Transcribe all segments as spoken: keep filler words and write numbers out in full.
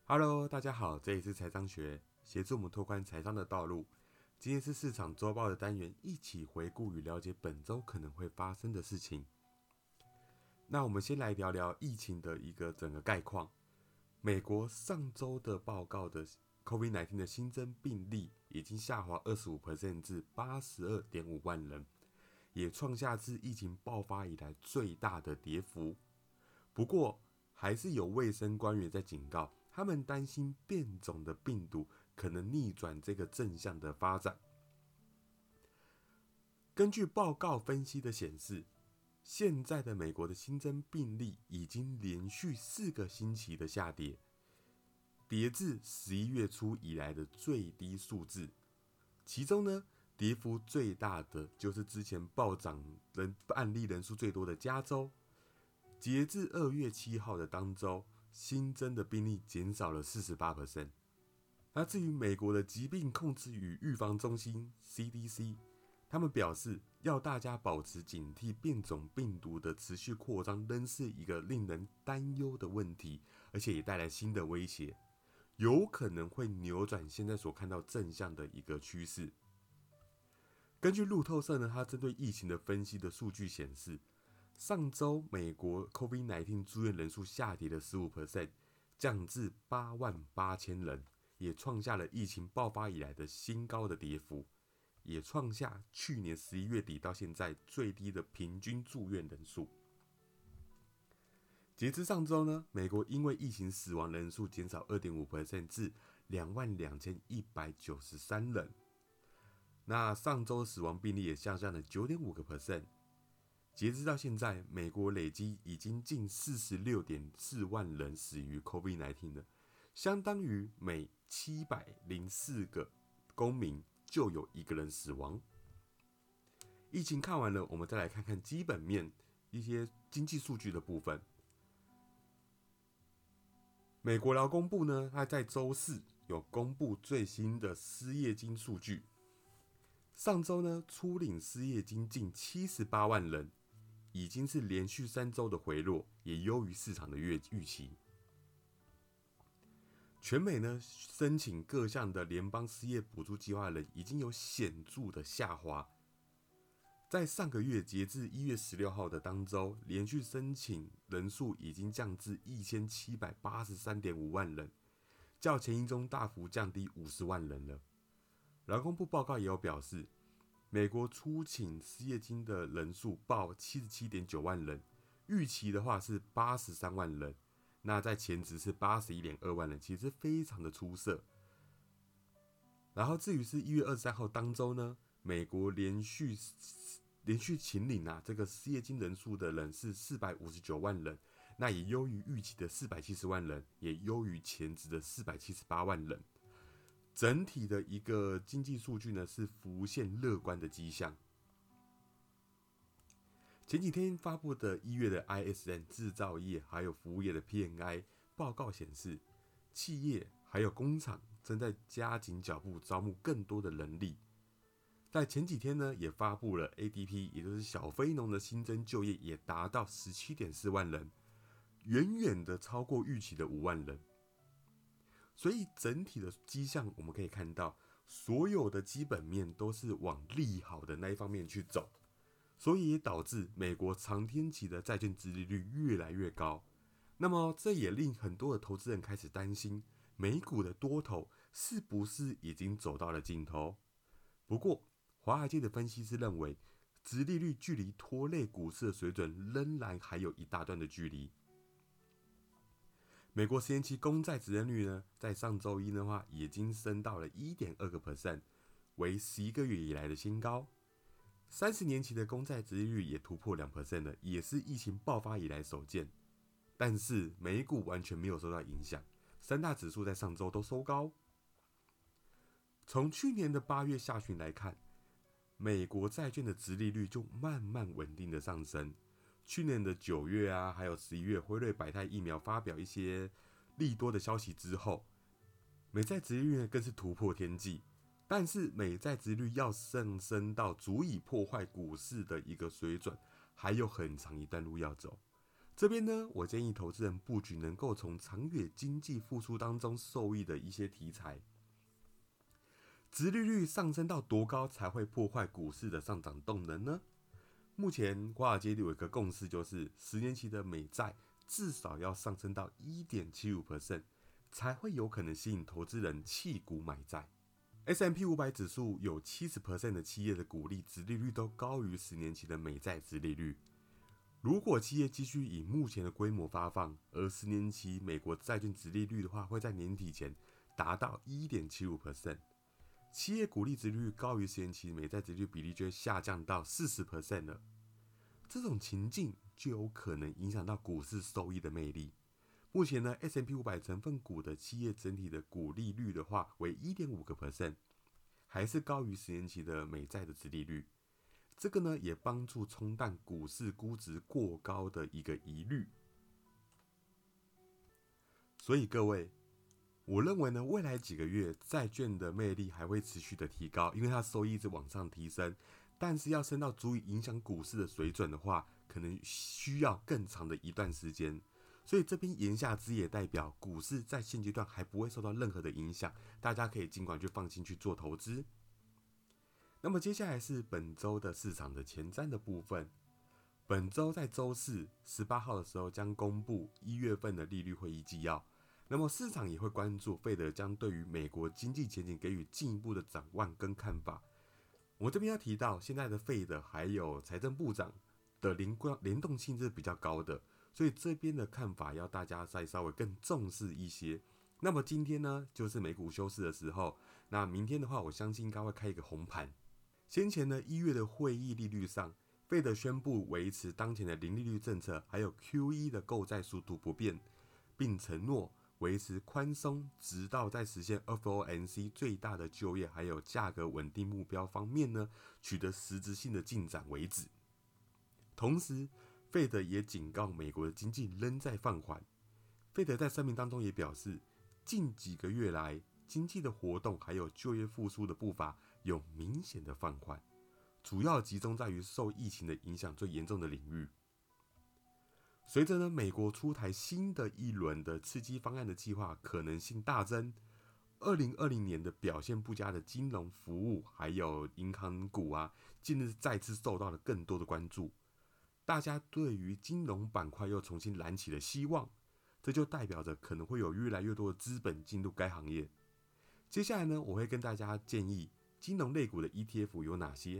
Hello，大家好，这里是财商学，协助我们拓宽财商的道路。今天是市场周报的单元，一起回顾与了解本周可能会发生的事情。那我们先来聊聊疫情的一个整个概况。美国上周的报告的 COVID 十九 的新增病例已经下滑 百分之二十五 至 八十二点五万人，也创下自疫情爆发以来最大的跌幅。不过，还是有卫生官员在警告，他们担心变种的病毒可能逆转这个正向的发展。根据报告分析的显示，现在的美国的新增病例已经连续四个星期的下跌，跌至十一月初以来的最低数字。其中呢，跌幅最大的就是之前暴涨人案例人数最多的加州。截至二月七号的当周，新增的病例减少了 百分之四十八。那至于美国的疾病控制与预防中心 C D C， 他们表示要大家保持警惕，变种病毒的持续扩张仍是一个令人担忧的问题，而且也带来新的威胁，有可能会扭转现在所看到正向的一个趋势。根据路透社呢，它针对疫情的分析的数据显示，上周美国 COVID 十九 住院人数下跌了 百分之十五， 降至八万八千人，也创下了疫情爆发以来的新高的跌幅，也创下去年十一月底到现在最低的平均住院人数。截至上周呢，美国因为疫情死亡人数减少 百分之二点五 至两万两千一百九十三人，那上周死亡病例也下降了 百分之九点五。截至到现在，美国累积已经近 四十六点四万人死于 COVID 十九 了，相当于每七百零四个公民就有一个人死亡。疫情看完了，我们再来看看基本面一些经济数据的部分。美国劳工部呢，它在周四有公布最新的失业金数据，上周呢初领失业金近七十八万人，已经是连续三周的回落，也优于市场的预期。全美呢申请各项的联邦失业补助计划的人已经有显著的下滑。在上个月截至一月十六号的当周，连续申请人数已经降至一千七百八十三点五万人，较前一周大幅降低五十万人了。劳工部报告也有表示，美国初请失业金的人数报 七十七点九万人，预期的话是八十三万人，那在前值是 八十一点二万人，其实非常的出色。然后至于是一月二十三号当周呢，美国连续连续请领啊这个失业金人数的人是四百五十九万人，那也优于预期的四百七十万人，也优于前值的四百七十八万人。整体的一个经济数据呢是浮现乐观的迹象。前几天发布的一月的 I S M 制造业还有服务业的 P M I 报告显示，企业还有工厂正在加紧脚步招募更多的人力。在前几天呢，也发布了 A D P， 也就是小非农的新增就业也达到 十七点四万人，远远的超过预期的五万人。所以整体的迹象我们可以看到，所有的基本面都是往利好的那一方面去走，所以也导致美国长天期的债券殖利率越来越高。那么这也令很多的投资人开始担心，美股的多头是不是已经走到了尽头？不过华尔街的分析师认为，殖利率距离拖累股市的水准仍然还有一大段的距离。美国十年期公债殖利率呢，在上周一的话，已经升到了 百分之一点二， 为十一个月以来的新高。三十年期的公债殖利率也突破 百分之二 了，也是疫情爆发以来首见。但是美股完全没有受到影响，三大指数在上周都收高。从去年的八月下旬来看，美国债券的殖利率就慢慢稳定的上升。去年的九月啊，还有十一月，辉瑞百泰疫苗发表一些利多的消息之后，美债殖利率呢更是突破天际。但是美债殖利率要上升到足以破坏股市的一个水准，还有很长一段路要走。 这边呢，我建议投资人布局能够从长远经济复苏当中受益的一些题材。殖利率上升到多高才会破坏股市的上涨动能呢？目前华尔街有一个共识，就是十年期的美债至少要上升到 百分之一点七五， 才会有可能吸引投资人弃股买债。S and P 五百 指数有 百分之七十 的企业的股利殖利率都高于十年期的美债殖利率。如果企业继续以目前的规模发放，而十年期美国债券殖利率的话，会在年底前达到 百分之一点七五， 企业股利殖利率高于十年期美债殖利率比例就会下降到 百分之四十 了。这种情境就有可能影响到股市收益的魅力。目前呢 ，S and P 五百 成分股的企业整体的股利率的话为 百分之一点五， 还是高于十年期的美债的殖利率。这个呢，也帮助冲淡股市估值过高的一个疑虑。所以各位，我认为呢，未来几个月债券的魅力还会持续的提高，因为它收益一直往上提升。但是要升到足以影响股市的水准的话，可能需要更长的一段时间。所以这边言下之意也代表，股市在现阶段还不会受到任何的影响，大家可以尽管去放心去做投资。那么接下来是本周的市场的前瞻的部分。本周在周四十八号的时候将公布一月份的利率会议纪要。那么市场也会关注费德将对于美国经济前景给予进一步的展望跟看法。我这边要提到，现在的费德还有财政部长的联动性是比较高的，所以这边的看法要大家再稍微更重视一些。那么今天呢，就是美股休市的时候，那明天的话，我相信应该会开一个红盘。先前呢，一月的会议利率上，费德宣布维持当前的零利率政策，还有 Q E 的购债速度不变，并承诺维持宽松，直到在实现 F O M C 最大的就业还有价格稳定目标方面呢，取得实质性的进展为止。同时，费德也警告美国的经济仍在放缓。费德在声明当中也表示，近几个月来，经济的活动还有就业复苏的步伐有明显的放缓，主要集中在于受疫情的影响最严重的领域。随着呢美国出台新的一轮的刺激方案的计划可能性大增，二零二零年的表现不佳的金融服务还有银行股啊，近日再次受到了更多的关注。大家对于金融板块又重新燃起了希望，这就代表着可能会有越来越多的资本进入该行业。接下来呢，我会跟大家建议金融类股的 E T F 有哪些。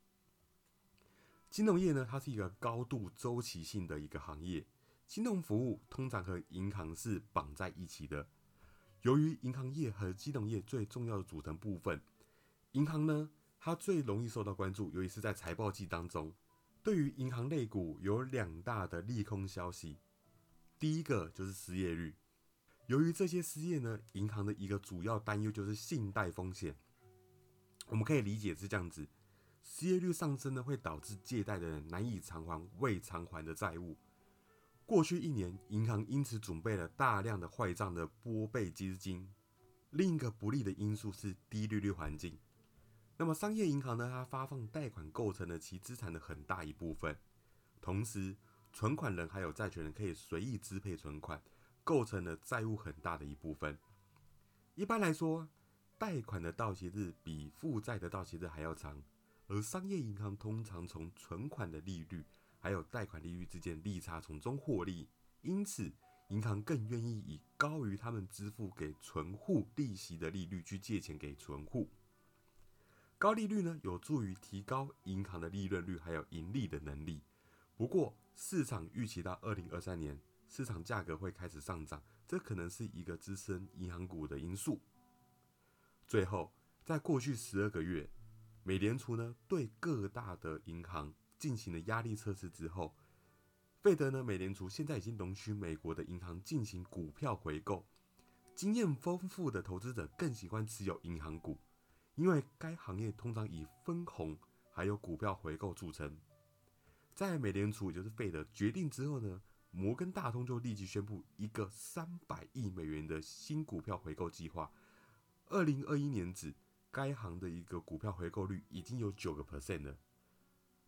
金融业呢，它是一个高度周期性的一个行业，金融服务通常和银行是绑在一起的。由于银行业和金融业最重要的组成部分，银行呢，它最容易受到关注，尤其是在财报季当中。对于银行类股有两大的利空消息，第一个就是失业率。由于这些失业呢，银行的一个主要担忧就是信贷风险。我们可以理解是这样子，失业率上升呢，会导致借贷的人难以偿还未偿还的债务。过去一年，银行因此准备了大量的坏账的拨备资金。另一个不利的因素是低利率环境。那么商业银行呢，它发放贷款构成了其资产的很大一部分，同时存款人还有债权人可以随意支配存款，构成了债务很大的一部分。一般来说，贷款的到期日比负债的到期日还要长，而商业银行通常从存款的利率还有贷款利率之间的利差从中获利，因此银行更愿意以高于他们支付给存户利息的利率去借钱给存户。高利率呢，有助于提高银行的利润率还有盈利的能力。不过，市场预期到二零二三年，市场价格会开始上涨，这可能是一个支撑银行股的因素。最后，在过去十二个月，美联储呢对各大的银行进行了压力测试之后，费德呢，美联储现在已经容许美国的银行进行股票回购。经验丰富的投资者更喜欢持有银行股，因为该行业通常以分红还有股票回购著称。在美联储也就是费德决定之后呢，摩根大通就立即宣布一个三百亿美元的新股票回购计划。二零二一年止，该行的一个股票回购率已经有 百分之九 了。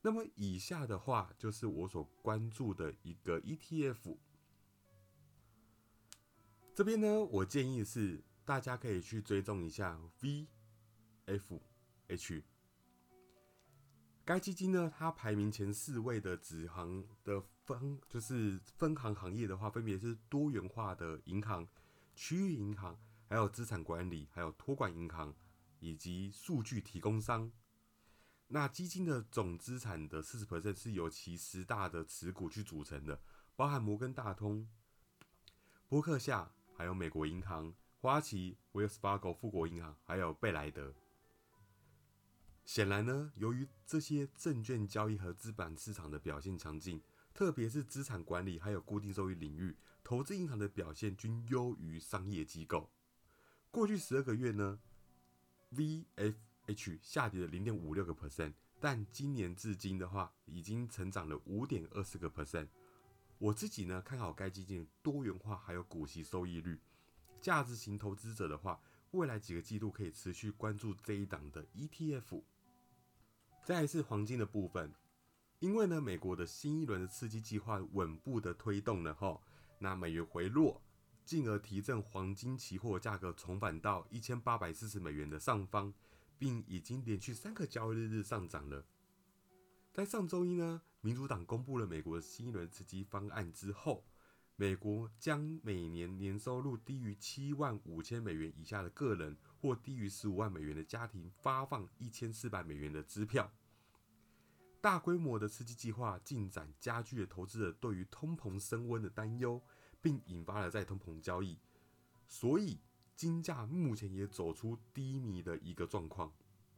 那么以下的话就是我所关注的一个 E T F。这边呢，我建议是大家可以去追踪一下 V F H。该基金呢，它排名前四位的子行的分就是分行行业的话，分别是多元化的银行、区域银行，还有资产管理，还有托管银行，以及数据提供商。那基金的总资产的 百分之四十 是由其十大的持股去组成的，包含摩根大通、波克夏，还有美国银行、花旗、威尔斯法狗富国银行，还有贝莱德。显然呢，由于这些证券交易和资本市场的表现强劲，特别是资产管理还有固定收益领域，投资银行的表现均优于商业机构。过去十二个月呢 ，V F H 下跌了 百分之零点五六， 但今年至今的话，已经成长了 百分之五点二四。我自己呢看好该基金的多元化还有股息收益率，价值型投资者的话，未来几个季度可以持续关注这一档的 E T F。再来是黄金的部分，因为呢，美国的新一轮的刺激计划稳步的推动了后，那美元回落，进而提振黄金期货价格重返到一千八百四十美元的上方，并已经连续三个交易日上涨了。在上周一呢，民主党公布了美国的新一轮刺激方案之后，美国将每年年收入低于七万五千美元以下的个人或低于十五万美元的家庭发放一千四百美元的支票。大规模的刺激计划进展加剧了投资者对于通膨升温的担忧，并引发了再通膨交易，所以金价目前也走出低迷的一个状况。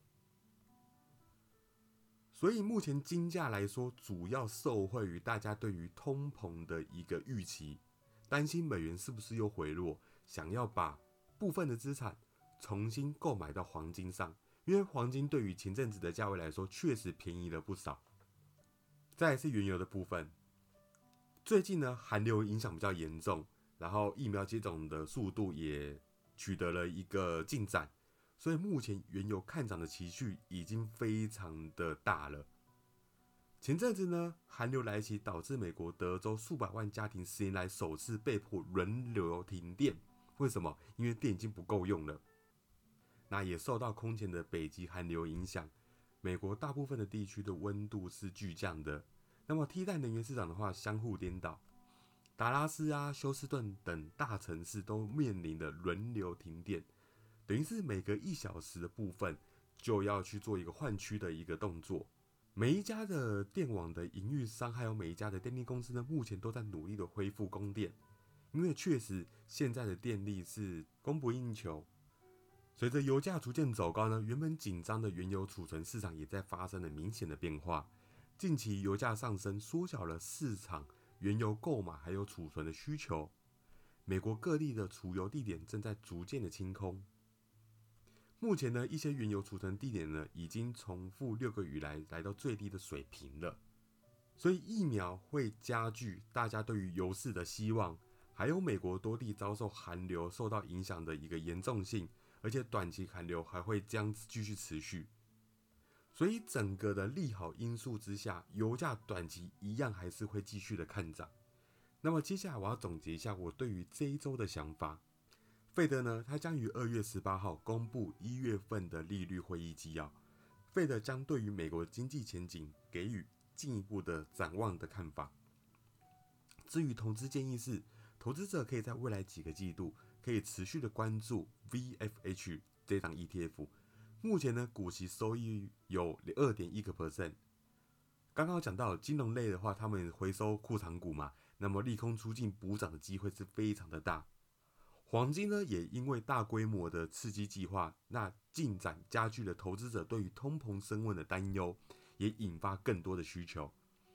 所以目前金价来说，主要受惠于大家对于通膨的一个预期，担心美元是不是又回落，想要把部分的资产重新购买到黄金上，因为黄金对于前阵子的价位来说，确实便宜了不少。再来是原油的部分，最近呢寒流影响比较严重，然后疫苗接种的速度也取得了一个进展。所以目前原油看涨的情绪已经非常的大了。前阵子呢，寒流来袭，导致美国德州数百万家庭十年来首次被迫轮流停电。为什么？因为电已经不够用了。那也受到空前的北极寒流影响，美国大部分的地区的温度是巨降的。那么替代能源市场的话，相互颠倒。达拉斯啊、休斯顿等大城市都面临了轮流停电。等于是每隔一小时的部分就要去做一个换区的一个动作。每一家的电网的营运商还有每一家的电力公司呢，目前都在努力的恢复供电，因为确实现在的电力是供不应求。随着油价逐渐走高呢，原本紧张的原油储存市场也在发生了明显的变化。近期油价上升，缩小了市场原油购买还有储存的需求。美国各地的储油地点正在逐渐的清空。目前呢，一些原油储存地点呢，已经重复六个月来来到最低的水平了。所以疫苗会加剧大家对于油市的希望，还有美国多地遭受寒流受到影响的一个严重性，而且短期寒流还会将继续持续。所以整个的利好因素之下，油价短期一样还是会继续的看涨。那么接下来我要总结一下我对于这一周的想法。费德呢，它将于二月十八号公布一月份的利率会议纪要。费德将对于美国经济前景给予进一步的展望的看法。至于投资建议是，投资者可以在未来几个季度可以持续的关注 V F H 这档 E T F。目前呢，股息收益有 百分之二点一。刚刚讲到金融类的话，他们回收库藏股嘛，那么利空出尽补涨的机会是非常的大。黄金呢，也因为大规模的刺激计划，那进展加剧了投资者对于通膨升温的担忧，也引发更多的需求。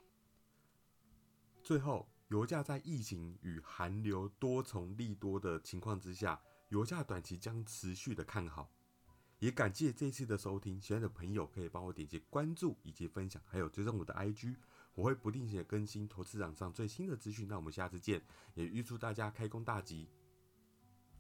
最后，油价在疫情与寒流多重利多的情况之下，油价短期将持续的看好。也感谢这次的收听，喜欢的朋友可以帮我点击关注以及分享，还有追踪我的 I G， 我会不定期的更新投资场上最新的资讯。那我们下次见，也预祝大家开工大吉。